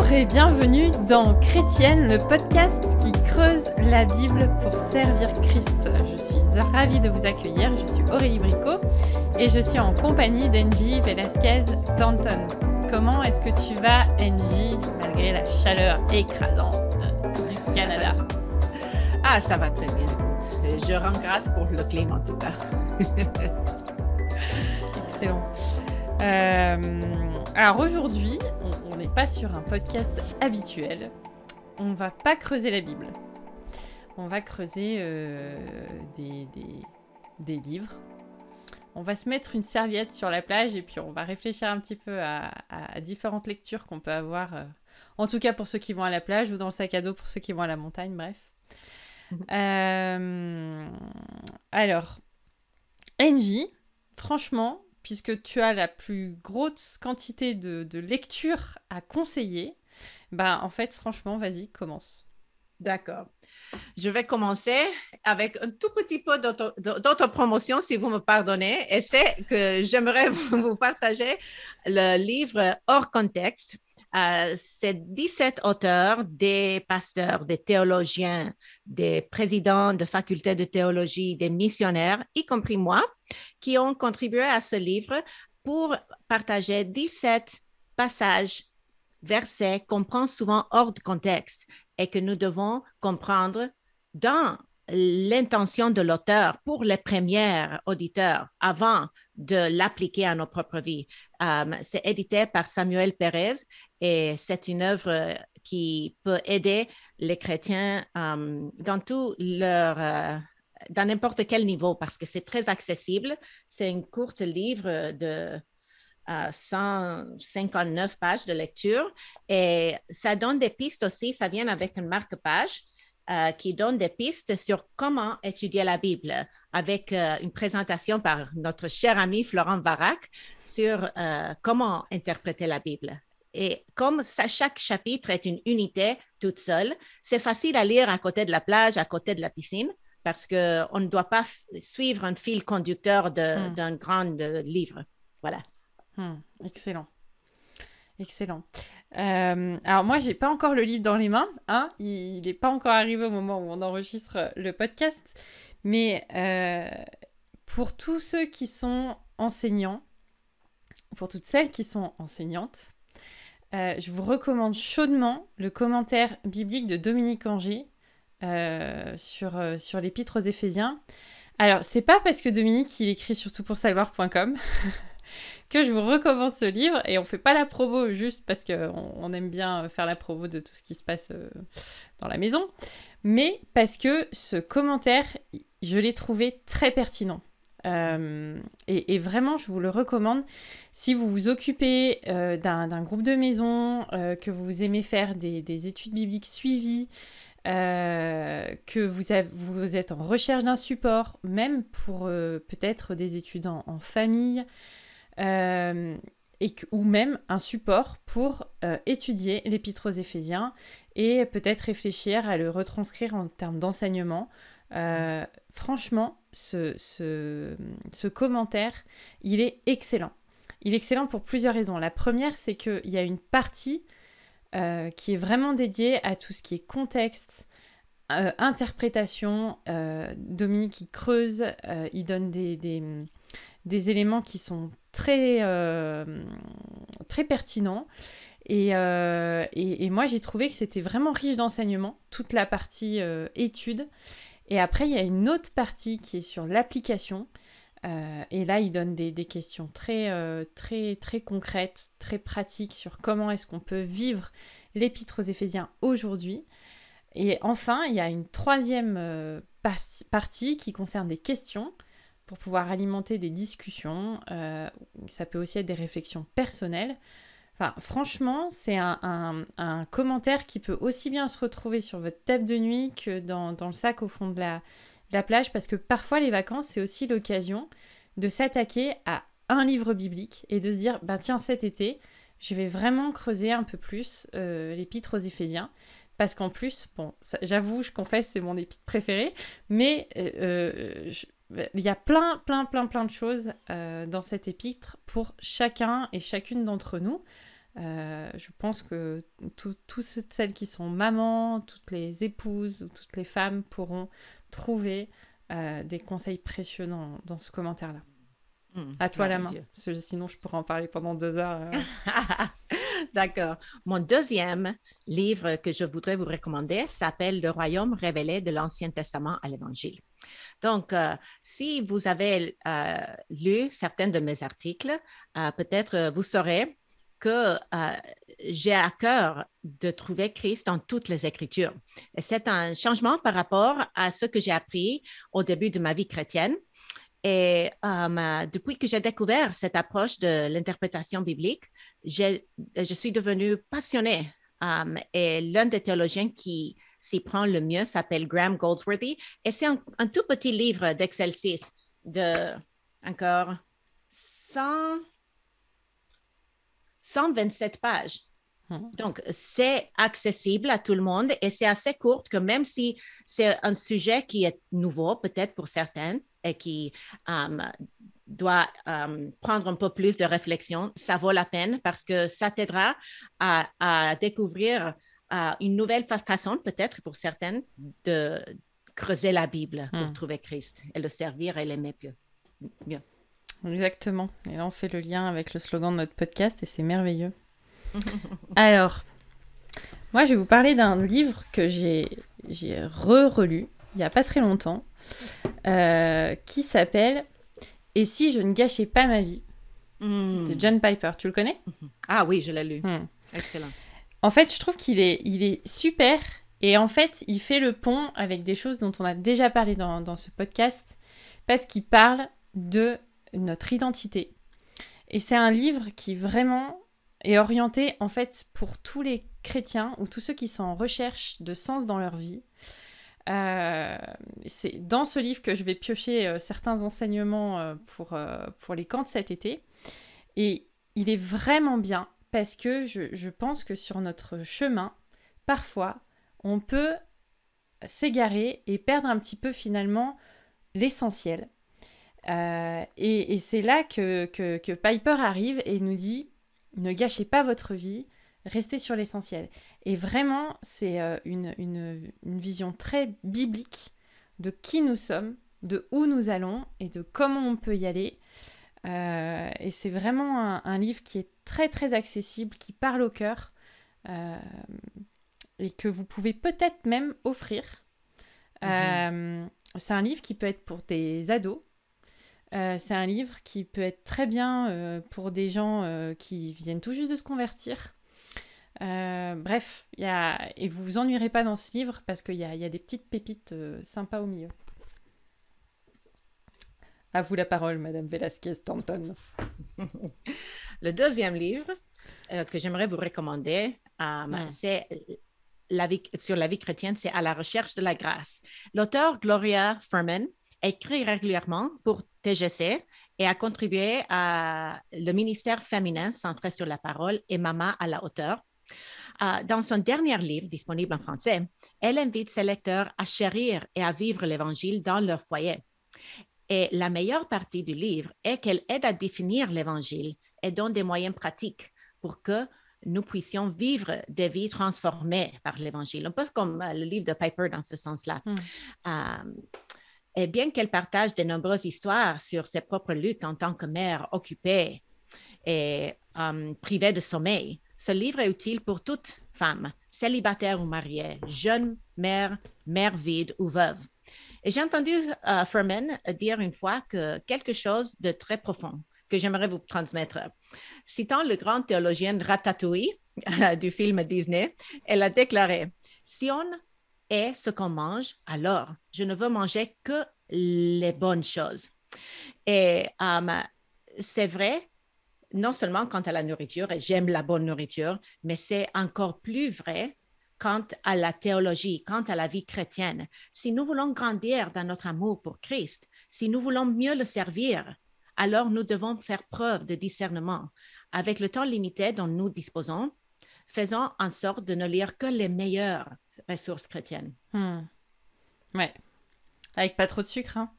Et bienvenue dans Chrétienne, le podcast qui creuse la Bible pour servir Christ. Je suis ravie de vous accueillir, je suis Aurélie Bricot et je suis en compagnie d'Angie Velasquez Danton. Comment est-ce que tu vas, Angie, malgré la chaleur écrasante du Canada? Ah, ça va très bien, écoute. Je rends grâce pour le climat en tout cas. Excellent. Alors aujourd'hui, on n'est pas sur un podcast habituel. On va pas creuser la Bible. On va creuser des livres. On va se mettre une serviette sur la plage et puis on va réfléchir un petit peu à différentes lectures qu'on peut avoir. En tout cas pour ceux qui vont à la plage ou dans le sac à dos pour ceux qui vont à la montagne, bref. Alors, Angie, franchement, puisque tu as la plus grosse quantité de lectures à conseiller, en fait, franchement, vas-y, commence. D'accord. Je vais commencer avec un tout petit peu d'autopromotion, si vous me pardonnez, et c'est que j'aimerais vous partager le livre Hors contexte. C'est 17 auteurs, des pasteurs, des théologiens, des présidents de facultés de théologie, des missionnaires, y compris moi, qui ont contribué à ce livre pour partager 17 passages, versets qu'on prend souvent hors de contexte et que nous devons comprendre dans l'intention de l'auteur pour les premiers auditeurs avant de l'appliquer à nos propres vies. C'est édité par Samuel Pérez et c'est une œuvre qui peut aider les chrétiens dans n'importe quel niveau parce que c'est très accessible. C'est un court livre de 159 pages de lecture et ça donne des pistes aussi, ça vient avec une marque-page qui donne des pistes sur comment étudier la Bible avec une présentation par notre cher ami Florent Varac sur comment interpréter la Bible. Et comme ça, chaque chapitre est une unité toute seule, c'est facile à lire à côté de la plage, à côté de la piscine, parce qu'on ne doit pas suivre un fil conducteur d'un grand livre. Voilà. Excellent. Excellent. Alors moi, j'ai pas encore le livre dans les mains. Il n'est pas encore arrivé au moment où on enregistre le podcast. Mais pour tous ceux qui sont enseignants, pour toutes celles qui sont enseignantes, je vous recommande chaudement le commentaire biblique de Dominique Angers sur l'Épître aux Éphésiens. Alors, c'est pas parce que Dominique, il écrit sur toutpoursavoir.com que je vous recommande ce livre, et on fait pas la promo juste parce qu'on aime bien faire la promo de tout ce qui se passe dans la maison, mais parce que ce commentaire, je l'ai trouvé très pertinent. Et vraiment, je vous le recommande si vous vous occupez d'un groupe de maison, que vous aimez faire des études bibliques suivies, que vous êtes en recherche d'un support, même pour peut-être des études en famille, ou même un support pour étudier l'Épître aux Éphésiens et peut-être réfléchir à le retranscrire en termes d'enseignement. Franchement, ce commentaire, il est excellent. Il est excellent pour plusieurs raisons. La première, c'est qu'il y a une partie qui est vraiment dédiée à tout ce qui est contexte, interprétation. Dominique, il creuse, il donne des éléments qui sont très pertinents. Et moi, j'ai trouvé que c'était vraiment riche d'enseignement, toute la partie études. Et après, il y a une autre partie qui est sur l'application. Et là, il donne des questions très concrètes, très pratiques sur comment est-ce qu'on peut vivre l'Épître aux Éphésiens aujourd'hui. Et enfin, il y a une troisième partie qui concerne des questions pour pouvoir alimenter des discussions. Ça peut aussi être des réflexions personnelles. Enfin, franchement, c'est un commentaire qui peut aussi bien se retrouver sur votre table de nuit que dans le sac au fond de la plage, parce que parfois, les vacances, c'est aussi l'occasion de s'attaquer à un livre biblique et de se dire, tiens, cet été, je vais vraiment creuser un peu plus l'Épître aux Éphésiens. Parce qu'en plus, j'avoue, je confesse, c'est mon épître préféré, mais il y a plein de choses dans cet épître pour chacun et chacune d'entre nous. Je pense que toutes celles qui sont mamans, toutes les épouses ou toutes les femmes pourront trouver des conseils précieux dans ce commentaire-là. À toi la main, parce que sinon je pourrais en parler pendant 2 heures. D'accord. Mon deuxième livre que je voudrais vous recommander s'appelle Le Royaume révélé de l'Ancien Testament à l'Évangile. Donc, si vous avez lu certains de mes articles, peut-être vous saurez que j'ai à cœur de trouver Christ dans toutes les Écritures. Et c'est un changement par rapport à ce que j'ai appris au début de ma vie chrétienne. Et depuis que j'ai découvert cette approche de l'interprétation biblique, je suis devenue passionnée. Et l'un des théologiens qui s'y prend le mieux s'appelle Graham Goldsworthy. Et c'est un tout petit livre d'Excel 6 de encore 127 pages. Donc, c'est accessible à tout le monde et c'est assez court que même si c'est un sujet qui est nouveau, peut-être pour certains, et qui doit prendre un peu plus de réflexion, ça vaut la peine parce que ça t'aidera à découvrir une nouvelle façon, peut-être pour certaines, de creuser la Bible pour trouver Christ et le servir et l'aimer mieux. Exactement. Et là, on fait le lien avec le slogan de notre podcast et c'est merveilleux. Alors, moi, je vais vous parler d'un livre que j'ai relu il n'y a pas très longtemps, qui s'appelle « Et si je ne gâchais pas ma vie ?» de John Piper. Tu le connais ? Ah oui, je l'ai lu. Excellent. En fait, je trouve qu'il est super et en fait, il fait le pont avec des choses dont on a déjà parlé dans ce podcast parce qu'il parle de notre identité. Et c'est un livre qui vraiment est orienté en fait pour tous les chrétiens ou tous ceux qui sont en recherche de sens dans leur vie. C'est dans ce livre que je vais piocher certains enseignements pour les camps de cet été. Et il est vraiment bien parce que je pense que sur notre chemin, parfois, on peut s'égarer et perdre un petit peu finalement l'essentiel. Et c'est là que Piper arrive et nous dit « Ne gâchez pas votre vie, restez sur l'essentiel ». Et vraiment, c'est une vision très biblique de qui nous sommes, de où nous allons et de comment on peut y aller. Et c'est vraiment un livre qui est très très accessible, qui parle au cœur et que vous pouvez peut-être même offrir. C'est un livre qui peut être pour des ados. C'est un livre qui peut être très bien pour des gens qui viennent tout juste de se convertir. Bref, et vous vous ennuierez pas dans ce livre parce qu'il y a des petites pépites sympas au milieu. À vous la parole, Madame Velasquez-Thornton. Le deuxième livre que j'aimerais vous recommander, c'est sur la vie chrétienne, c'est À la recherche de la grâce. L'auteur Gloria Furman écrit régulièrement pour TGC et a contribué à le ministère féminin centré sur la parole et Maman à la hauteur. Dans son dernier livre, disponible en français, elle invite ses lecteurs à chérir et à vivre l'Évangile dans leur foyer. Et la meilleure partie du livre est qu'elle aide à définir l'Évangile et donne des moyens pratiques pour que nous puissions vivre des vies transformées par l'Évangile, un peu comme le livre de Piper dans ce sens-là. Et bien qu'elle partage de nombreuses histoires sur ses propres luttes en tant que mère occupée et privée de sommeil, ce livre est utile pour toute femme, célibataire ou mariée, jeune mère, mère vide ou veuve. Et j'ai entendu Furman dire une fois quelque chose de très profond que j'aimerais vous transmettre. Citant le grand théologien Ratatouille du film Disney, elle a déclaré « Si on est ce qu'on mange, alors je ne veux manger que les bonnes choses. » Et c'est vrai, non seulement quant à la nourriture, et j'aime la bonne nourriture, mais c'est encore plus vrai quant à la théologie, quant à la vie chrétienne. Si nous voulons grandir dans notre amour pour Christ, si nous voulons mieux le servir, alors nous devons faire preuve de discernement. Avec le temps limité dont nous disposons, faisons en sorte de ne lire que les meilleures ressources chrétiennes. Ouais. Avec pas trop de sucre, hein?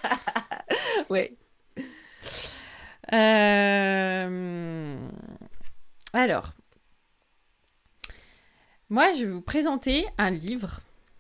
Oui. Alors, moi, je vais vous présenter un livre.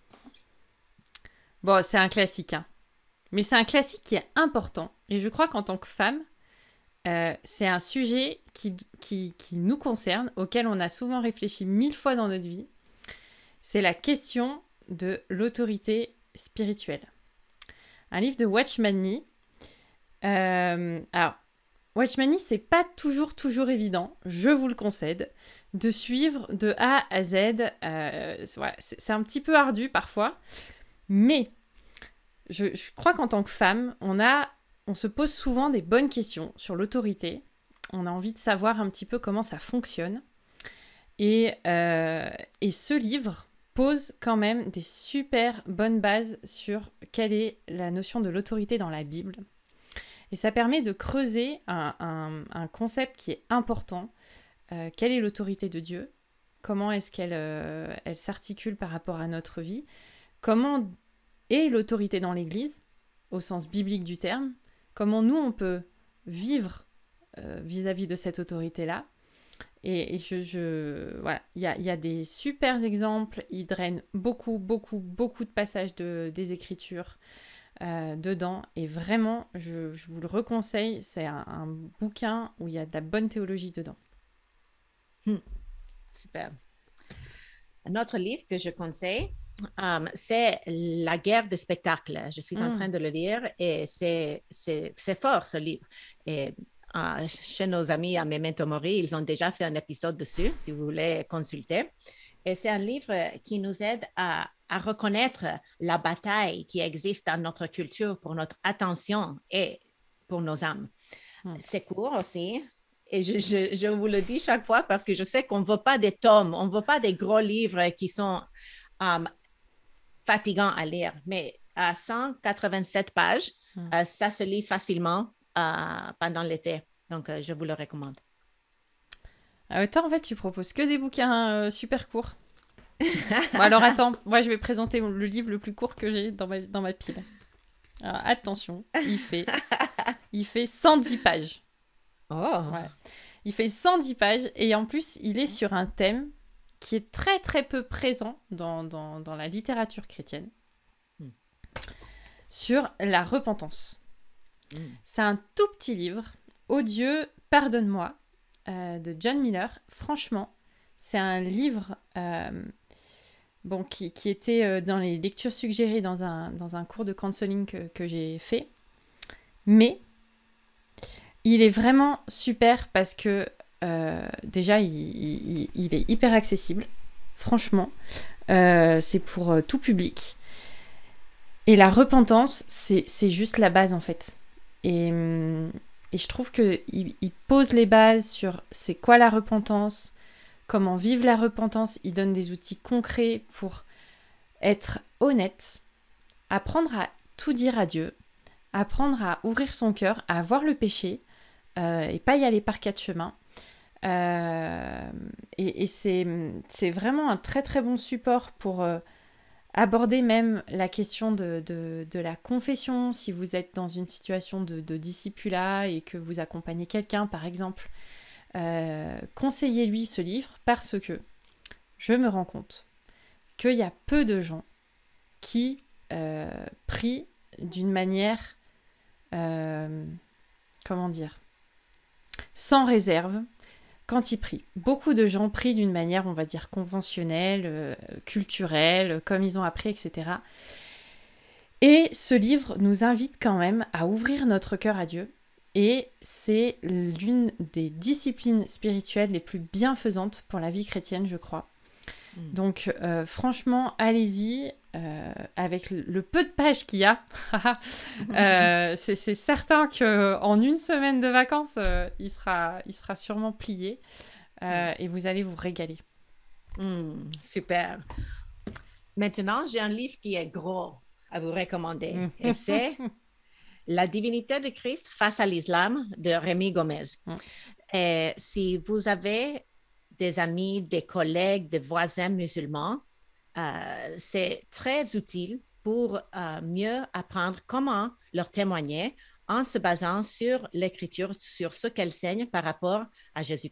Bon, c'est un classique, hein. Mais c'est un classique qui est important. Et je crois qu'en tant que femme, c'est un sujet qui nous concerne, auquel on a souvent réfléchi 1000 fois dans notre vie. C'est la question de l'autorité spirituelle. Un livre de Watchman Nee. Alors, Watchman Nee, c'est pas toujours évident, je vous le concède, de suivre de A à Z. Voilà, c'est un petit peu ardu parfois, mais je crois qu'en tant que femme, on se pose souvent des bonnes questions sur l'autorité. On a envie de savoir un petit peu comment ça fonctionne. Et ce livre pose quand même des super bonnes bases sur quelle est la notion de l'autorité dans la Bible. Et ça permet de creuser un concept qui est important. Quelle est l'autorité de Dieu? Comment est-ce qu'elle elle s'articule par rapport à notre vie? Comment est l'autorité dans l'Église, au sens biblique du terme? Comment nous, on peut vivre vis-à-vis de cette autorité-là? Et voilà, il y a des super exemples. Il draine beaucoup de passages des Écritures dedans. Et vraiment, je vous le reconseille. C'est un bouquin où il y a de la bonne théologie dedans. Super. Un autre livre que je conseille, c'est La guerre des spectacles. Je suis en train de le lire et c'est fort ce livre. Et chez nos amis à Memento Mori, ils ont déjà fait un épisode dessus, si vous voulez consulter. Et c'est un livre qui nous aide à reconnaître la bataille qui existe dans notre culture pour notre attention et pour nos âmes. C'est court aussi. Et je vous le dis chaque fois parce que je sais qu'on ne veut pas des tomes, on ne veut pas des gros livres qui sont fatigants à lire. Mais à 187 pages, ça se lit facilement pendant l'été. Donc, je vous le recommande. Toi, en fait, tu proposes que des bouquins super courts. Bon, alors, attends. Moi, je vais présenter le livre le plus court que j'ai dans ma pile. Alors, attention, il fait 110 pages. Oh. Ouais. Il fait 110 pages et en plus, il est sur un thème qui est très, très peu présent dans la littérature chrétienne. Sur la repentance. C'est un tout petit livre, Oh Dieu, pardonne-moi, de John Miller. Franchement, c'est un livre qui était dans les lectures suggérées dans un cours de counseling que j'ai fait. Mais il est vraiment super parce que déjà, il est hyper accessible. Franchement, c'est pour tout public. Et la repentance, c'est juste la base en fait. Et je trouve qu'il pose les bases sur c'est quoi la repentance, comment vivre la repentance. Il donne des outils concrets pour être honnête, apprendre à tout dire à Dieu, apprendre à ouvrir son cœur, à voir le péché et pas y aller par quatre chemins. Et c'est vraiment un très très bon support pour aborder même la question de la confession. Si vous êtes dans une situation de discipulat et que vous accompagnez quelqu'un par exemple, conseillez-lui ce livre parce que je me rends compte qu'il y a peu de gens qui prient d'une manière sans réserve quand ils prient. Beaucoup de gens prient d'une manière, on va dire, conventionnelle, culturelle, comme ils ont appris, etc. Et ce livre nous invite quand même à ouvrir notre cœur à Dieu. Et c'est l'une des disciplines spirituelles les plus bienfaisantes pour la vie chrétienne, je crois. Donc, franchement, allez-y. Avec le peu de pages qu'il y a, c'est certain qu'en une semaine de vacances, il sera sûrement plié et vous allez vous régaler. Super. Maintenant, j'ai un livre qui est gros à vous recommander et c'est La divinité de Christ face à l'islam de Rémi Gomez. Et si vous avez des amis, des collègues, des voisins musulmans, c'est très utile pour mieux apprendre comment leur témoigner en se basant sur l'Écriture, sur ce qu'elle enseigne par rapport à Jésus-Christ.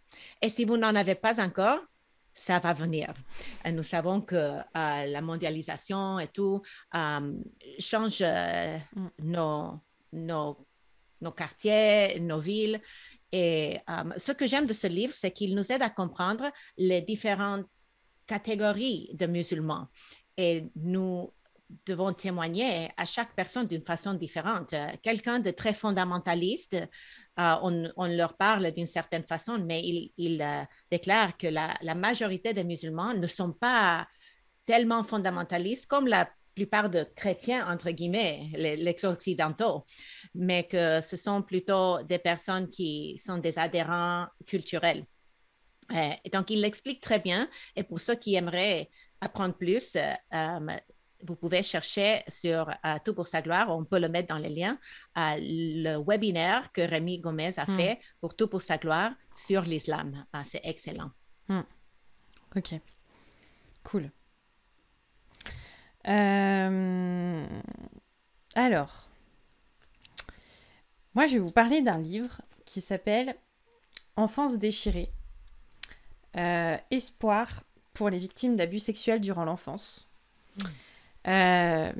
Et si vous n'en avez pas encore, ça va venir. Nous savons que la mondialisation et tout change nos, nos, nos quartiers, nos villes. Et ce que j'aime de ce livre, c'est qu'il nous aide à comprendre les différentes catégories de musulmans. Et nous devons témoigner à chaque personne d'une façon différente. Quelqu'un de très fondamentaliste, on leur parle d'une certaine façon, mais il déclare que la majorité des musulmans ne sont pas tellement fondamentalistes comme la plupart de chrétiens, entre guillemets, les occidentaux, mais que ce sont plutôt des personnes qui sont des adhérents culturels. Et donc, il l'explique très bien. Et pour ceux qui aimeraient apprendre plus, vous pouvez chercher sur Tout pour sa gloire, on peut le mettre dans les liens, le webinaire que Rémi Gomez a fait pour Tout pour sa gloire sur l'islam. C'est excellent. Ok, cool. Alors, moi je vais vous parler d'un livre qui s'appelle Enfance déchirée. Espoir pour les victimes d'abus sexuels durant l'enfance. Le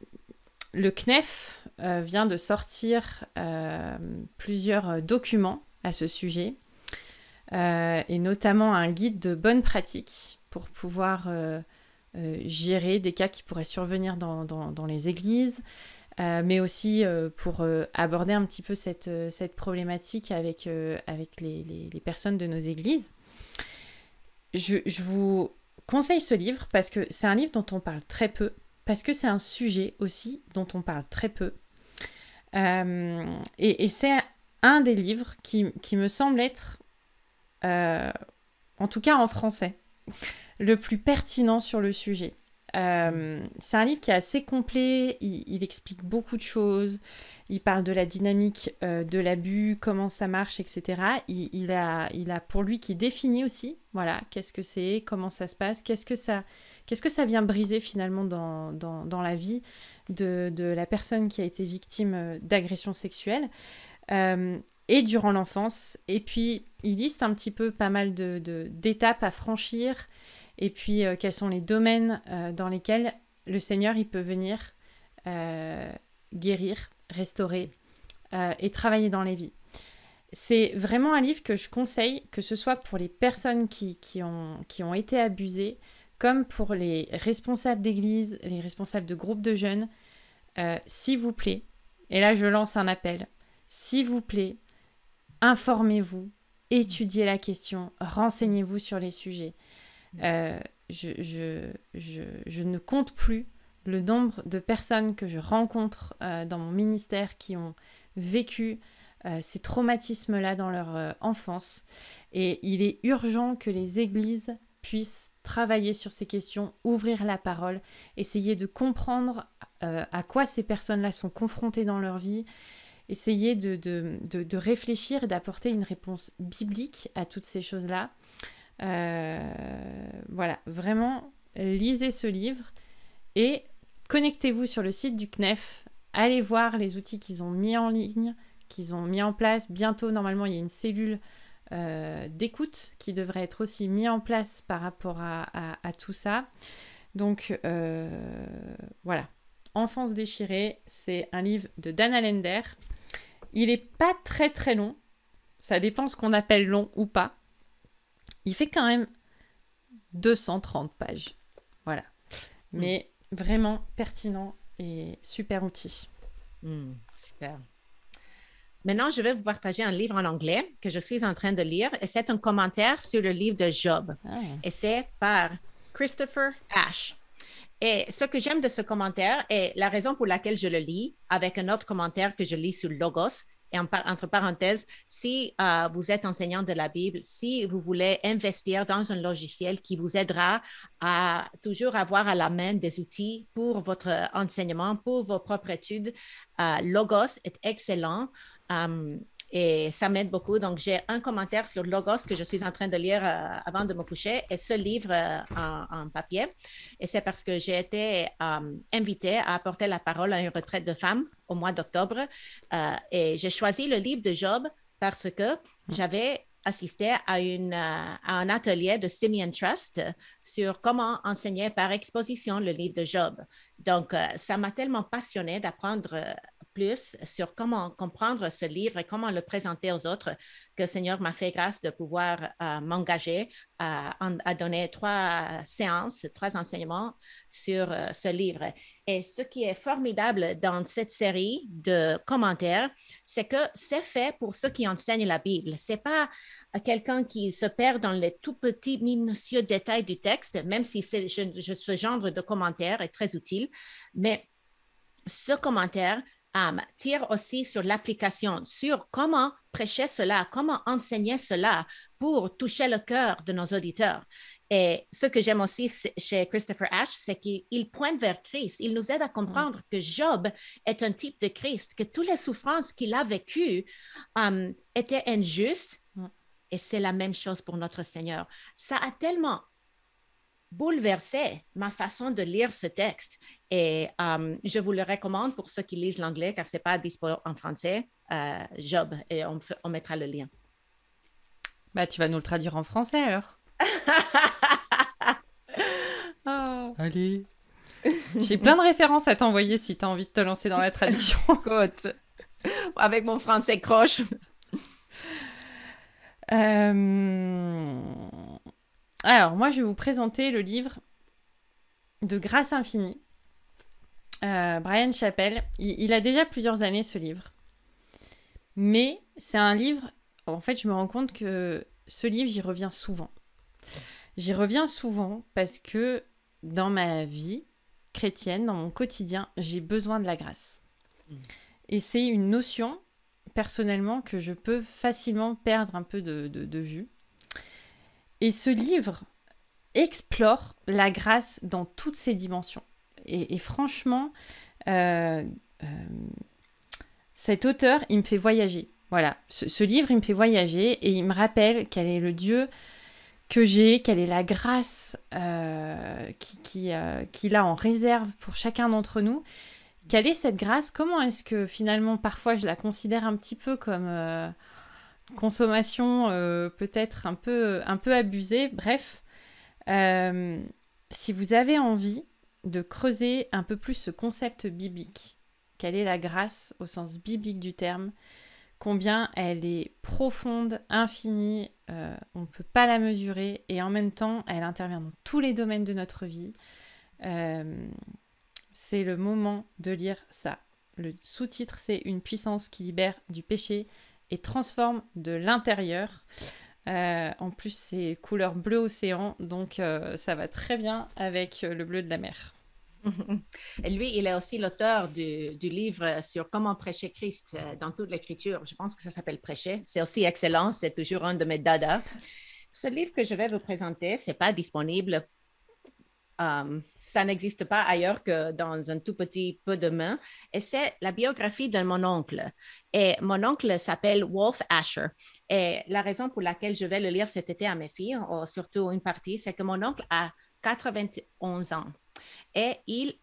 CNEF vient de sortir plusieurs documents à ce sujet, et notamment un guide de bonnes pratiques pour pouvoir gérer des cas qui pourraient survenir dans les églises, mais aussi pour aborder un petit peu cette problématique avec les personnes de nos églises. Je vous conseille ce livre parce que c'est un livre dont on parle très peu, parce que c'est un sujet aussi dont on parle très peu. Et c'est un des livres qui me semble être, en tout cas en français, le plus pertinent sur le sujet. C'est un livre qui est assez complet, il explique beaucoup de choses, il parle de la dynamique de l'abus, comment ça marche, etc. Il a pour lui qui définit aussi, voilà, qu'est-ce que c'est, comment ça se passe, qu'est-ce que ça vient briser finalement dans la vie de la personne qui a été victime d'agression sexuelle et durant l'enfance. Et puis, il liste un petit peu pas mal d'étapes à franchir. Et puis, quels sont les domaines dans lesquels le Seigneur il peut venir guérir, restaurer et travailler dans les vies. C'est vraiment un livre que je conseille, que ce soit pour les personnes qui ont été abusées, comme pour les responsables d'église, les responsables de groupes de jeunes. S'il vous plaît, et là je lance un appel, s'il vous plaît, informez-vous, étudiez la question, renseignez-vous sur les sujets. Je ne compte plus le nombre de personnes que je rencontre dans mon ministère qui ont vécu ces traumatismes-là dans leur enfance. Et il est urgent que les églises puissent travailler sur ces questions, ouvrir la parole, essayer de comprendre à quoi ces personnes-là sont confrontées dans leur vie, essayer de réfléchir et d'apporter une réponse biblique à toutes ces choses-là. Voilà, vraiment, lisez ce livre et connectez-vous sur le site du CNEF, allez voir les outils qu'ils ont mis en ligne, qu'ils ont mis en place. Bientôt, normalement, il y a une cellule d'écoute qui devrait être aussi mise en place par rapport à tout ça. Donc, voilà. Enfance déchirée, c'est un livre de Dan Allender. Il n'est pas très très long, ça dépend ce qu'on appelle long ou pas. Il fait quand même 230 pages. Voilà. Mais vraiment pertinent et super outil. Super. Maintenant, je vais vous partager un livre en anglais que je suis en train de lire. Et c'est un commentaire sur le livre de Job. Et c'est par Christopher Ash. Et ce que j'aime de ce commentaire et la raison pour laquelle je le lis avec un autre commentaire que je lis sur Logos, et entre parenthèses, si vous êtes enseignant de la Bible, si vous voulez investir dans un logiciel qui vous aidera à toujours avoir à la main des outils pour votre enseignement, pour vos propres études, Logos est excellent. Et ça m'aide beaucoup. Donc, j'ai un commentaire sur Logos que je suis en train de lire avant de me coucher et ce livre en papier. Et c'est parce que j'ai été invitée à apporter la parole à une retraite de femmes au mois d'octobre. Et j'ai choisi le livre de Job parce que j'avais assisté à un atelier de Simeon Trust sur comment enseigner par exposition le livre de Job. Donc, ça m'a tellement passionnée d'apprendre plus sur comment comprendre ce livre et comment le présenter aux autres que le Seigneur m'a fait grâce de pouvoir m'engager à donner 3 séances, 3 enseignements sur ce livre. Et ce qui est formidable dans cette série de commentaires, c'est que c'est fait pour ceux qui enseignent la Bible. Ce n'est pas quelqu'un qui se perd dans les tout petits, minutieux détails du texte, même si ce genre de commentaire est très utile. Mais ce commentaire tire aussi sur l'application, sur comment prêcher cela, comment enseigner cela pour toucher le cœur de nos auditeurs. Et ce que j'aime aussi chez Christopher Ash, c'est qu'il pointe vers Christ. Il nous aide à comprendre que Job est un type de Christ, que toutes les souffrances qu'il a vécues étaient injustes. Et c'est la même chose pour notre Seigneur. Ça a tellement bouleversé ma façon de lire ce texte. Et je vous le recommande pour ceux qui lisent l'anglais, car ce n'est pas disponible en français, Job, et on mettra le lien. Bah, tu vas nous le traduire en français, alors. Oh. Allez. J'ai plein de références à t'envoyer si tu as envie de te lancer dans la traduction. Écoute, avec mon français croche. Alors, moi, je vais vous présenter le livre de Grâce infinie. Bryan Chapell. Il a déjà plusieurs années, ce livre. Mais c'est un livre... En fait, je me rends compte que ce livre, j'y reviens souvent. J'y reviens souvent parce que dans ma vie chrétienne, dans mon quotidien, j'ai besoin de la grâce. Et c'est une notion, personnellement, que je peux facilement perdre un peu de vue. Et ce livre explore la grâce dans toutes ses dimensions. Et franchement, cet auteur, il me fait voyager. Voilà, ce livre, il me fait voyager et il me rappelle quel est le Dieu que j'ai, quelle est la grâce qu'il a en réserve pour chacun d'entre nous. Quelle est cette grâce? Comment est-ce que finalement, parfois, je la considère un petit peu comme consommation peut-être un peu abusée? Bref, si vous avez envie de creuser un peu plus ce concept biblique, quelle est la grâce au sens biblique du terme, combien elle est profonde, infinie, on ne peut pas la mesurer, et en même temps, elle intervient dans tous les domaines de notre vie. C'est le moment de lire ça. Le sous-titre, c'est « Une puissance qui libère du péché et transforme de l'intérieur ». En plus, c'est couleur bleu océan, donc ça va très bien avec le bleu de la mer. Et lui, il est aussi l'auteur du livre sur comment prêcher Christ dans toute l'Écriture. Je pense que ça s'appelle Prêcher. C'est aussi excellent. C'est toujours un de mes dadas. Ce livre que je vais vous présenter, ce n'est pas disponible. Ça n'existe pas ailleurs que dans un tout petit peu de main. Et c'est la biographie de mon oncle. Et mon oncle s'appelle Wolf Asher. Et la raison pour laquelle je vais le lire cet été à mes filles, ou surtout une partie, c'est que mon oncle a 91 ans. Et il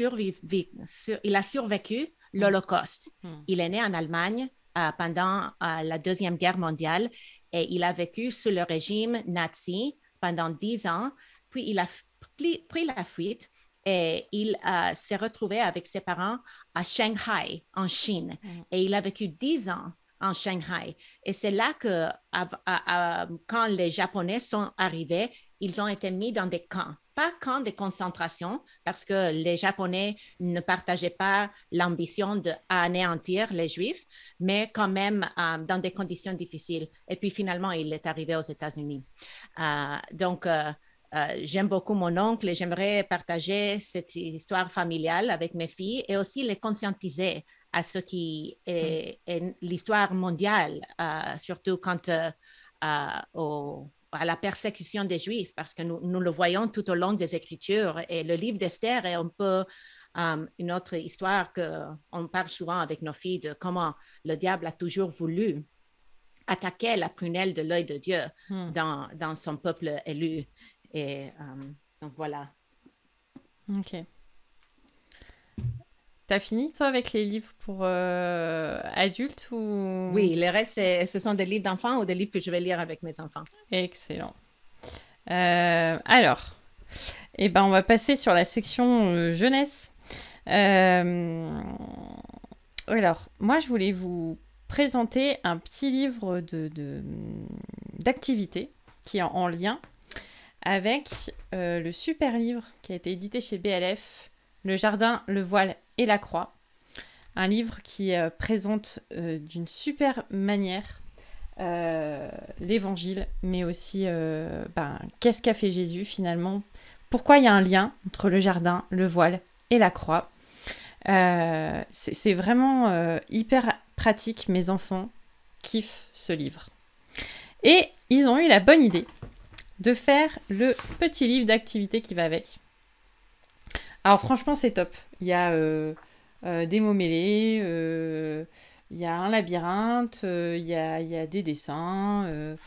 a survécu l'Holocauste. Il est né en Allemagne pendant la Deuxième Guerre mondiale et il a vécu sous le régime nazi pendant 10 ans. Puis il a pris la fuite et il s'est retrouvé avec ses parents à Shanghai, en Chine. Et il a vécu 10 ans en Shanghai. Et c'est là que, quand les Japonais sont arrivés, ils ont été mis dans des camps. Pas camps de concentration, parce que les Japonais ne partageaient pas l'ambition d'anéantir les Juifs, mais quand même dans des conditions difficiles. Et puis finalement, il est arrivé aux États-Unis. Donc, j'aime beaucoup mon oncle et j'aimerais partager cette histoire familiale avec mes filles et aussi les conscientiser à ce qui est l'histoire mondiale, surtout quant à la persécution des Juifs, parce que nous le voyons tout au long des Écritures. Et le livre d'Esther est un peu une autre histoire qu'on parle souvent avec nos filles de comment le diable a toujours voulu attaquer la prunelle de l'œil de Dieu dans son peuple élu. Et donc voilà. Ok. T'as fini, toi, avec les livres pour adultes ou... Oui, le reste, ce sont des livres d'enfants ou des livres que je vais lire avec mes enfants. Excellent. Alors, on va passer sur la section jeunesse. Alors, moi, je voulais vous présenter un petit livre d'activité qui est en lien avec le super livre qui a été édité chez BLF, Le jardin, le voile et la croix. Un livre qui présente d'une super manière l'évangile, mais aussi qu'est-ce qu'a fait Jésus finalement, pourquoi il y a un lien entre le jardin, le voile et la croix. C'est vraiment hyper pratique, mes enfants kiffent ce livre. Et ils ont eu la bonne idée de faire le petit livre d'activité qui va avec. Alors franchement c'est top, il y a des mots mêlés, il y a un labyrinthe, il y a des dessins,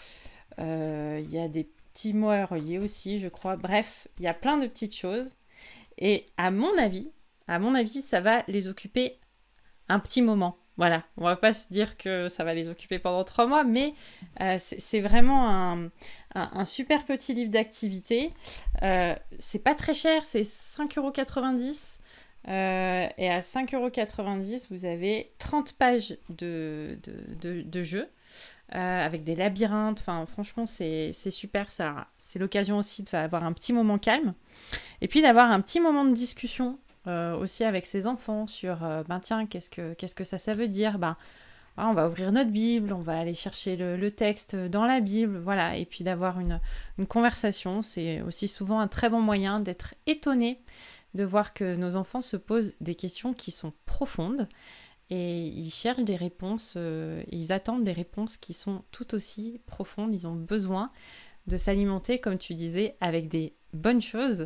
il y a des petits mots à relier aussi, je crois. Bref, il y a plein de petites choses. Et à mon avis, ça va les occuper un petit moment. Voilà, on va pas se dire que ça va les occuper pendant 3 mois, mais c'est vraiment un super petit livre d'activité. C'est pas très cher, c'est 5,90 €. Et à 5,90 €, vous avez 30 pages de jeu avec des labyrinthes. Enfin, franchement, c'est super. Ça, c'est l'occasion aussi d'avoir un petit moment calme. Et puis d'avoir un petit moment de discussion aussi avec ses enfants sur tiens, qu'est-ce que ça veut dire. On va ouvrir notre Bible, on va aller chercher le texte dans la Bible, voilà. Et puis d'avoir une conversation. C'est aussi souvent un très bon moyen d'être étonné de voir que nos enfants se posent des questions qui sont profondes et ils cherchent des réponses, ils attendent des réponses qui sont tout aussi profondes. Ils ont besoin de s'alimenter, comme tu disais, avec des bonnes choses.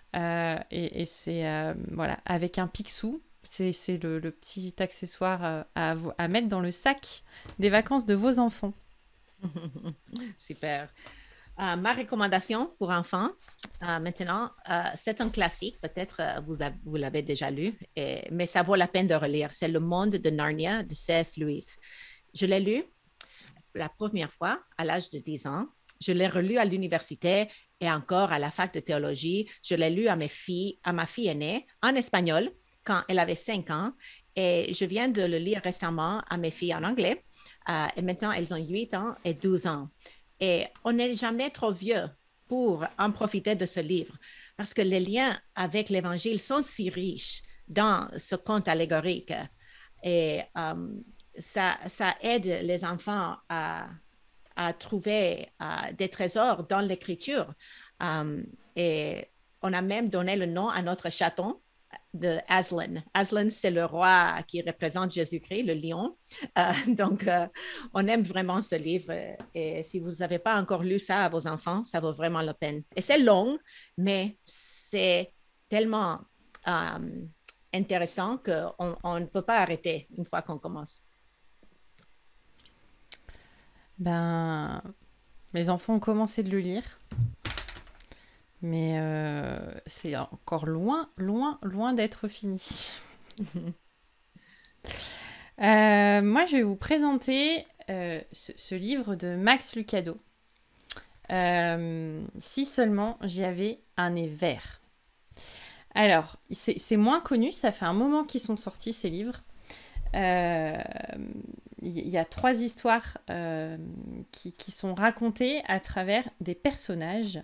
Et c'est, voilà, avec un Picsou, c'est le petit accessoire à mettre dans le sac des vacances de vos enfants. Super. Ma recommandation pour enfants, maintenant, c'est un classique, peut-être vous l'avez déjà lu, mais ça vaut la peine de relire. C'est Le Monde de Narnia de C.S. Lewis. Je l'ai lu la première fois à l'âge de 10 ans. Je l'ai relu à l'université et encore à la fac de théologie. Je l'ai lu à ma fille aînée en espagnol quand elle avait 5 ans et je viens de le lire récemment à mes filles en anglais. Et maintenant, elles ont 8 ans et 12 ans. Et on n'est jamais trop vieux pour en profiter de ce livre parce que les liens avec l'Évangile sont si riches dans ce conte allégorique. Et ça aide les enfants à trouver des trésors dans l'Écriture. Et on a même donné le nom à notre chaton de Aslan. Aslan, c'est le roi qui représente Jésus-Christ, le lion. Donc, on aime vraiment ce livre. Et si vous n'avez pas encore lu ça à vos enfants, ça vaut vraiment la peine. Et c'est long, mais c'est tellement intéressant qu'on ne peut pas arrêter une fois qu'on commence. Mes enfants ont commencé de le lire. Mais c'est encore loin d'être fini. Moi, je vais vous présenter ce livre de Max Lucado. Si seulement j'avais un nez vert. Alors, c'est moins connu, ça fait un moment qu'ils sont sortis ces livres. Il y a 3 histoires qui sont racontées à travers des personnages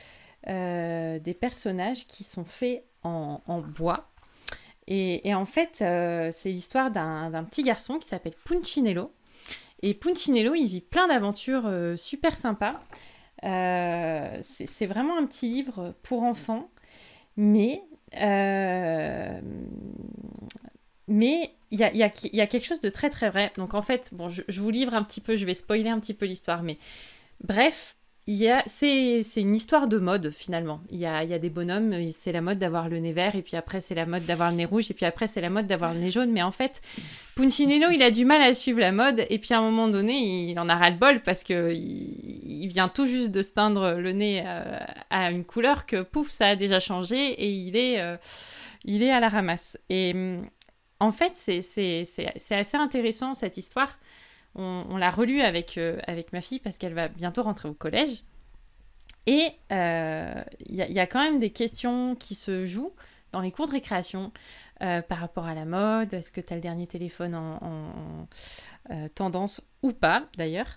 qui sont faits en bois. Et en fait, c'est l'histoire d'un petit garçon qui s'appelle Punchinello. Et Punchinello, il vit plein d'aventures super sympas. C'est vraiment un petit livre pour enfants, mais il y a quelque chose de très très vrai. Donc en fait, bon, je vous livre un petit peu, je vais spoiler un petit peu l'histoire, mais bref, c'est une histoire de mode finalement. Il y a des bonhommes, c'est la mode d'avoir le nez vert, et puis après c'est la mode d'avoir le nez rouge, et puis après c'est la mode d'avoir le nez jaune. Mais en fait, Punchinello, il a du mal à suivre la mode, et puis à un moment donné, il en a ras-le-bol parce qu'il vient tout juste de se teindre le nez à une couleur que pouf, ça a déjà changé, et il est à la ramasse. Et En fait, c'est assez intéressant cette histoire. On l'a relue avec ma fille parce qu'elle va bientôt rentrer au collège. Et y a quand même des questions qui se jouent dans les cours de récréation par rapport à la mode. Est-ce que tu as le dernier téléphone en tendance ou pas, d'ailleurs.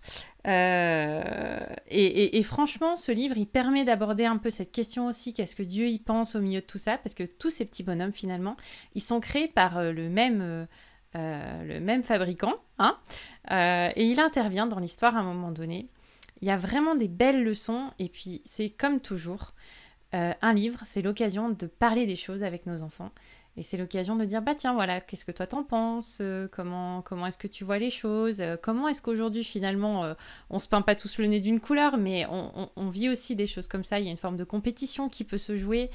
Et franchement, ce livre, il permet d'aborder un peu cette question aussi, qu'est-ce que Dieu y pense au milieu de tout ça, parce que tous ces petits bonhommes, finalement, ils sont créés par le même fabricant, hein, et il intervient dans l'histoire à un moment donné. Il y a vraiment des belles leçons, et puis c'est comme toujours, un livre, c'est l'occasion de parler des choses avec nos enfants. Et c'est l'occasion de dire, bah tiens, voilà, qu'est-ce que toi t'en penses, comment est-ce que tu vois les choses, comment est-ce qu'aujourd'hui, finalement, on se peint pas tous le nez d'une couleur, mais on vit aussi des choses comme ça, il y a une forme de compétition qui peut se jouer.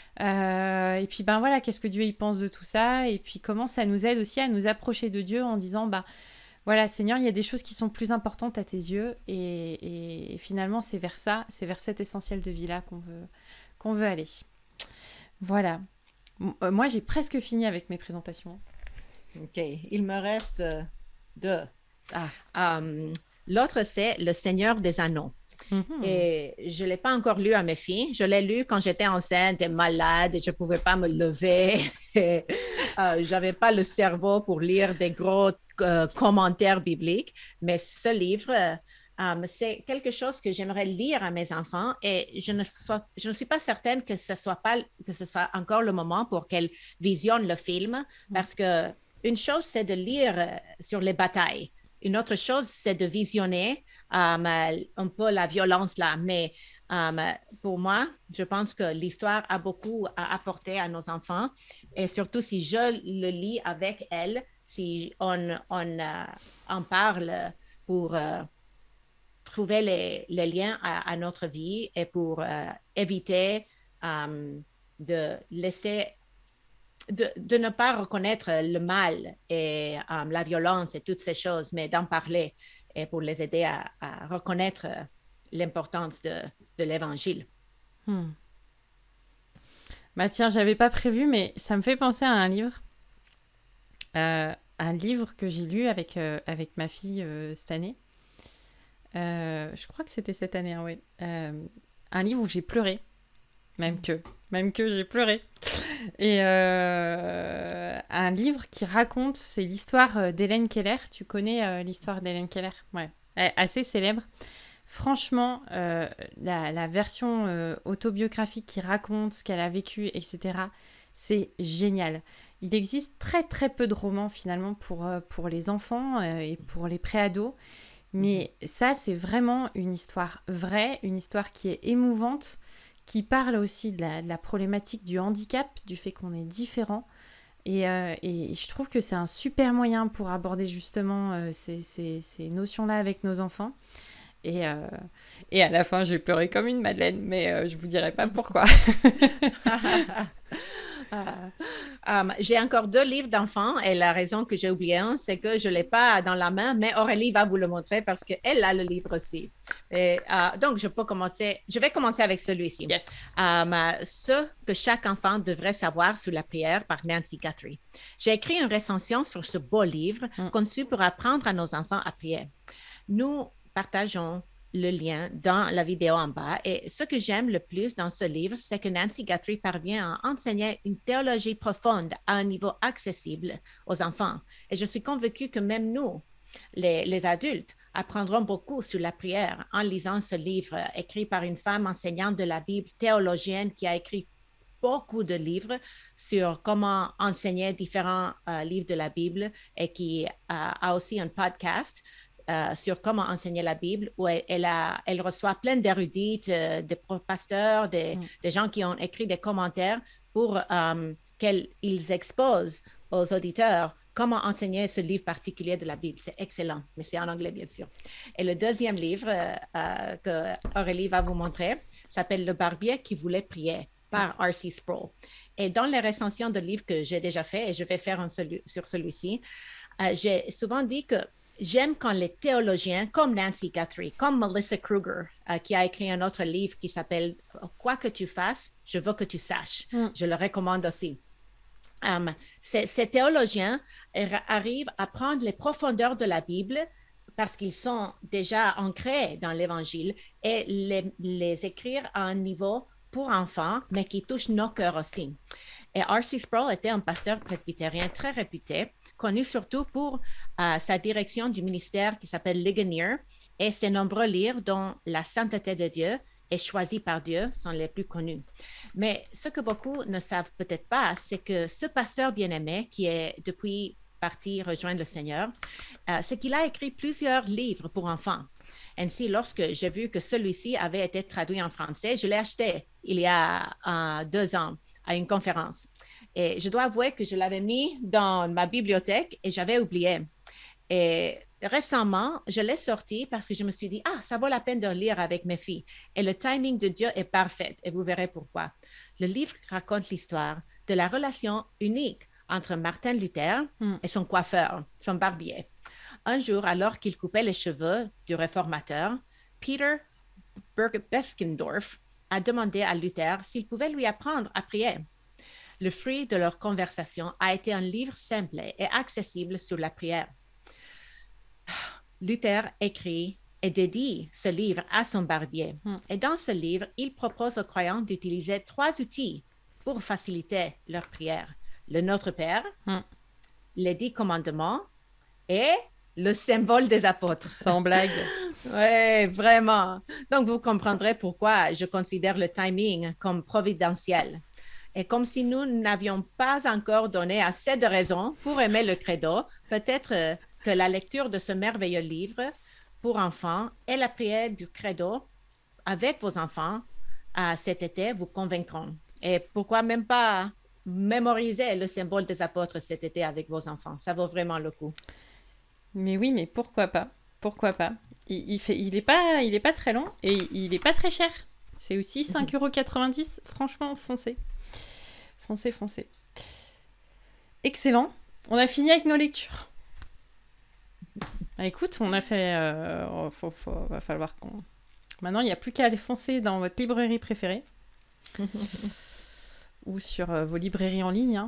Et puis, ben voilà, qu'est-ce que Dieu y pense de tout ça, et puis comment ça nous aide aussi à nous approcher de Dieu en disant, bah voilà, Seigneur, il y a des choses qui sont plus importantes à tes yeux, et finalement, c'est vers ça, c'est vers cet essentiel de vie-là qu'on veut aller. Voilà. Moi, j'ai presque fini avec mes présentations. OK. Il me reste deux. L'autre, c'est Le Seigneur des Anneaux. Mm-hmm. Et je ne l'ai pas encore lu à mes filles. Je l'ai lu quand j'étais enceinte et malade et je ne pouvais pas me lever. Je n'avais pas le cerveau pour lire des gros commentaires bibliques. Mais ce livre... c'est quelque chose que j'aimerais lire à mes enfants et je ne suis pas certaine que ce soit encore le moment pour qu'elles visionnent le film parce que une chose, c'est de lire sur les batailles. Une autre chose, c'est de visionner un peu la violence là. Mais pour moi, je pense que l'histoire a beaucoup à apporter à nos enfants et surtout si je le lis avec elles, si on en parle pour... trouver les liens à notre vie et pour éviter de laisser, de ne pas reconnaître le mal et la violence et toutes ces choses, mais d'en parler et pour les aider à reconnaître l'importance de l'Évangile. Bah tiens, j'avais pas prévu, mais ça me fait penser à un livre. Un livre que j'ai lu avec ma fille cette année. Je crois que c'était cette année, oui. Un livre où j'ai pleuré. Même que j'ai pleuré. Et un livre qui raconte, c'est l'histoire d'Hélène Keller. Tu connais l'histoire d'Hélène Keller? Ouais. Assez célèbre. Franchement, la version autobiographique qui raconte ce qu'elle a vécu, etc., c'est génial. Il existe très très peu de romans finalement pour les enfants et pour les préados. Mais ça, c'est vraiment une histoire vraie, une histoire qui est émouvante, qui parle aussi de la problématique du handicap, du fait qu'on est différent. Et je trouve que c'est un super moyen pour aborder justement ces notions-là avec nos enfants. Et à la fin, j'ai pleuré comme une madeleine, mais je ne vous dirai pas pourquoi. J'ai encore 2 livres d'enfants et la raison que j'ai oublié un, c'est que je ne l'ai pas dans la main, mais Aurélie va vous le montrer parce qu'elle a le livre aussi. Et, donc, je vais commencer avec celui-ci. Yes. Ce que chaque enfant devrait savoir sur la prière par Nancy Guthrie. J'ai écrit une recension sur ce beau livre conçu pour apprendre à nos enfants à prier. Nous partageons le lien dans la vidéo en bas. Et ce que j'aime le plus dans ce livre, c'est que Nancy Guthrie parvient à enseigner une théologie profonde à un niveau accessible aux enfants. Et je suis convaincue que même nous, les adultes, apprendront beaucoup sur la prière en lisant ce livre écrit par une femme enseignante de la Bible, théologienne, qui a écrit beaucoup de livres sur comment enseigner différents livres de la Bible et qui a aussi un podcast sur comment enseigner la Bible, où elle reçoit plein d'érudites, des pasteurs, des gens qui ont écrit des commentaires pour qu'ils exposent aux auditeurs comment enseigner ce livre particulier de la Bible. C'est excellent, mais c'est en anglais, bien sûr. Et le deuxième livre que Aurélie va vous montrer s'appelle Le barbier qui voulait prier par R.C. Sproul. Et dans les recensions de livres que j'ai déjà fait, et je vais faire sur celui-ci, j'ai souvent dit que j'aime quand les théologiens, comme Nancy Guthrie, comme Melissa Kruger, qui a écrit un autre livre qui s'appelle « Quoi que tu fasses, je veux que tu saches ». Je le recommande aussi. Ces théologiens arrivent à prendre les profondeurs de la Bible parce qu'ils sont déjà ancrés dans l'Évangile et les écrire à un niveau pour enfants, mais qui touche nos cœurs aussi. Et R.C. Sproul était un pasteur presbytérien très réputé, connu surtout pour sa direction du ministère qui s'appelle Ligonier et ses nombreux livres dont La sainteté de Dieu et Choisi par Dieu sont les plus connus. Mais ce que beaucoup ne savent peut-être pas, c'est que ce pasteur bien-aimé qui est depuis parti rejoindre le Seigneur, c'est qu'il a écrit plusieurs livres pour enfants. Ainsi, lorsque j'ai vu que celui-ci avait été traduit en français, je l'ai acheté il y a 2 ans à une conférence. Et je dois avouer que je l'avais mis dans ma bibliothèque et j'avais oublié. Et récemment, je l'ai sorti parce que je me suis dit, ça vaut la peine de le lire avec mes filles. Et le timing de Dieu est parfait et vous verrez pourquoi. Le livre raconte l'histoire de la relation unique entre Martin Luther et son coiffeur, son barbier. Un jour, alors qu'il coupait les cheveux du réformateur, Peter Beskendorf a demandé à Luther s'il pouvait lui apprendre à prier. Le fruit de leur conversation a été un livre simple et accessible sur la prière. Luther écrit et dédie ce livre à son barbier. Et dans ce livre, il propose aux croyants d'utiliser 3 outils pour faciliter leur prière. Le Notre Père, les 10 commandements et le symbole des apôtres. Sans blague. Oui, vraiment. Donc, vous comprendrez pourquoi je considère le timing comme providentiel. Et comme si nous n'avions pas encore donné assez de raisons pour aimer le credo, peut-être que la lecture de ce merveilleux livre pour enfants et la prière du credo avec vos enfants cet été vous convaincront. Et pourquoi même pas mémoriser le symbole des apôtres cet été avec vos enfants? Ça vaut vraiment le coup. Mais oui, mais pourquoi pas? Pourquoi pas? Il est pas très long et il est pas très cher. C'est aussi 5,90 €. Franchement, foncez. Foncez. Excellent. On a fini avec nos lectures. Écoute, on a fait... va falloir qu'on... Maintenant, il n'y a plus qu'à aller foncer dans votre librairie préférée. Ou sur vos librairies en ligne.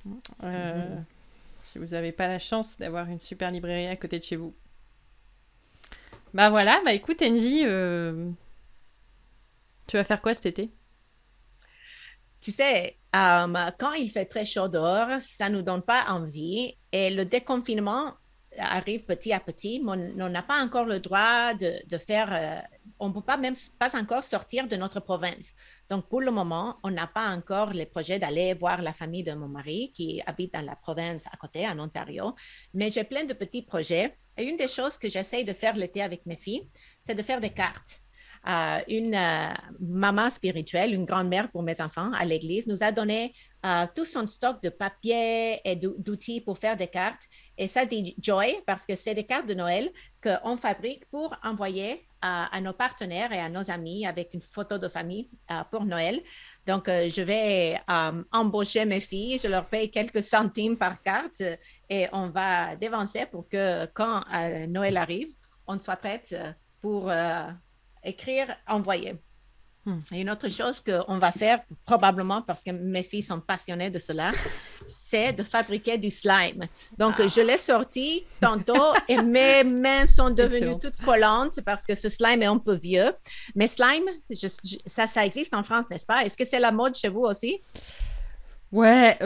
Si vous n'avez pas la chance d'avoir une super librairie à côté de chez vous. Bah voilà, écoute Angie, tu vas faire quoi cet été? Tu sais, quand il fait très chaud dehors, ça ne nous donne pas envie et le déconfinement arrive petit à petit, mais on n'a pas encore le droit de faire, on ne peut pas même pas encore sortir de notre province. Donc, pour le moment, on n'a pas encore les projets d'aller voir la famille de mon mari qui habite dans la province à côté, en Ontario, mais j'ai plein de petits projets. Et une des choses que j'essaye de faire l'été avec mes filles, c'est de faire des cartes. Une maman spirituelle, une grand-mère pour mes enfants à l'église, nous a donné tout son stock de papier et d'outils pour faire des cartes. Et ça dit Joy parce que c'est des cartes de Noël qu'on fabrique pour envoyer à nos partenaires et à nos amis avec une photo de famille pour Noël. Donc, je vais embaucher mes filles, je leur paye quelques centimes par carte et on va dévancer pour que quand Noël arrive, on soit prête pour écrire, envoyer. Et une autre chose qu'on va faire, probablement parce que mes filles sont passionnées de cela, c'est de fabriquer du slime. Donc, je l'ai sorti tantôt et mes mains sont devenues toutes collantes parce que ce slime est un peu vieux. Mais slime, ça existe en France, n'est-ce pas? Est-ce que c'est la mode chez vous aussi? Ouais,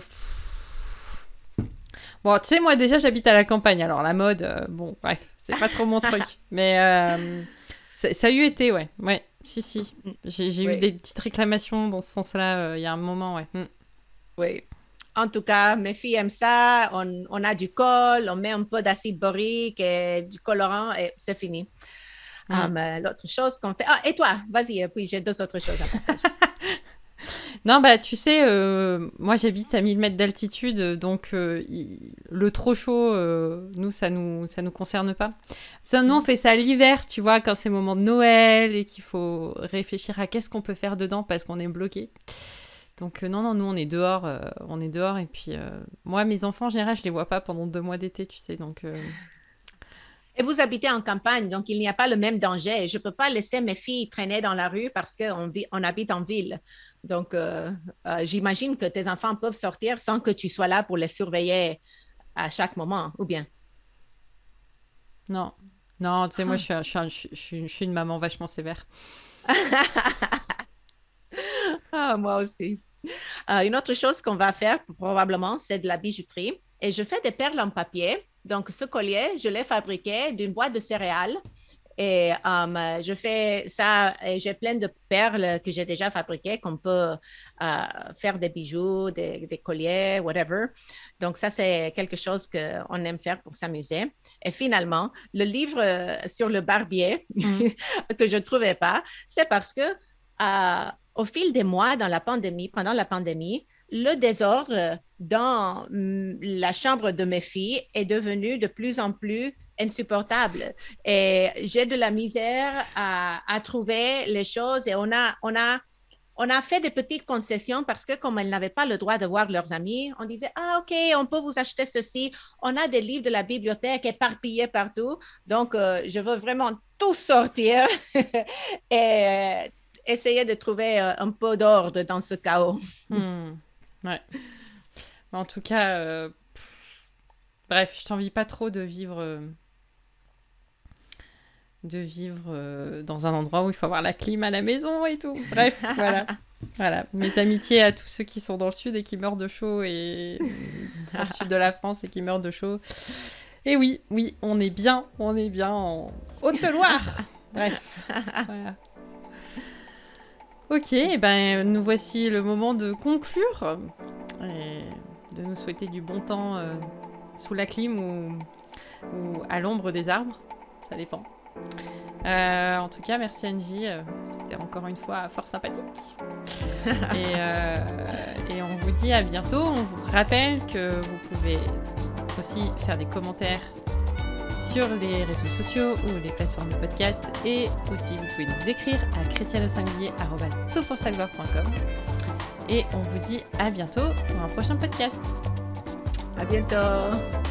bon, tu sais, moi déjà, j'habite à la campagne. Alors, la mode, bon, bref, c'est pas trop mon truc. Mais ça a eu été, ouais. Si. J'ai eu des petites réclamations dans ce sens-là il y a un moment, ouais. Oui. En tout cas, mes filles aiment ça. On a du colle, on met un peu d'acide borique et du colorant et c'est fini. L'autre chose qu'on fait... et toi, vas-y, puis j'ai 2 autres choses à partager. Non, tu sais, moi j'habite à 1000 mètres d'altitude, donc le trop chaud, nous, ça nous concerne pas. Nous, on fait ça l'hiver, tu vois, quand c'est le moment de Noël et qu'il faut réfléchir à qu'est-ce qu'on peut faire dedans parce qu'on est bloqué. Donc non, nous, on est dehors et puis moi, mes enfants, en général, je les vois pas pendant 2 mois d'été, tu sais, donc... Et vous habitez en campagne, donc il n'y a pas le même danger. Je ne peux pas laisser mes filles traîner dans la rue parce qu'on habite en ville. Donc, j'imagine que tes enfants peuvent sortir sans que tu sois là pour les surveiller à chaque moment, ou bien? Non, non, tu sais, moi, je suis une maman vachement sévère. Ah, moi aussi. Une autre chose qu'on va faire probablement, c'est de la bijouterie. Et je fais des perles en papier. Donc, ce collier, je l'ai fabriqué d'une boîte de céréales. Et je fais ça, et j'ai plein de perles que j'ai déjà fabriquées qu'on peut faire des bijoux, des colliers, whatever. Donc, ça, c'est quelque chose qu'on aime faire pour s'amuser. Et finalement, le livre sur le barbier que je ne trouvais pas, c'est parce que au fil des mois, pendant la pandémie, le désordre dans la chambre de mes filles est devenu de plus en plus insupportable. Et j'ai de la misère à trouver les choses et on a fait des petites concessions parce que comme elles n'avaient pas le droit de voir leurs amis, on disait, ah ok, on peut vous acheter ceci. On a des livres de la bibliothèque éparpillés partout. Donc, je veux vraiment tout sortir et essayer de trouver un peu d'ordre dans ce chaos. Ouais. En tout cas, bref, je t'envie pas trop de vivre dans un endroit où il faut avoir la clim à la maison et tout. Bref, voilà. Voilà. Mes amitiés à tous ceux qui sont dans le sud et qui meurent de chaud et dans le sud de la France et qui meurent de chaud. Et oui, on est bien en Haute-Loire. Bref, voilà. Ok, ben nous voici le moment de conclure et de nous souhaiter du bon temps sous la clim ou à l'ombre des arbres, ça dépend. En tout cas, merci Angie, c'était encore une fois fort sympathique. Et on vous dit à bientôt. On vous rappelle que vous pouvez aussi faire des commentaires sur les réseaux sociaux ou les plateformes de podcast. Et aussi, vous pouvez nous écrire à chrétienneausingulier@topforsavoir.com. Et on vous dit à bientôt pour un prochain podcast. À bientôt.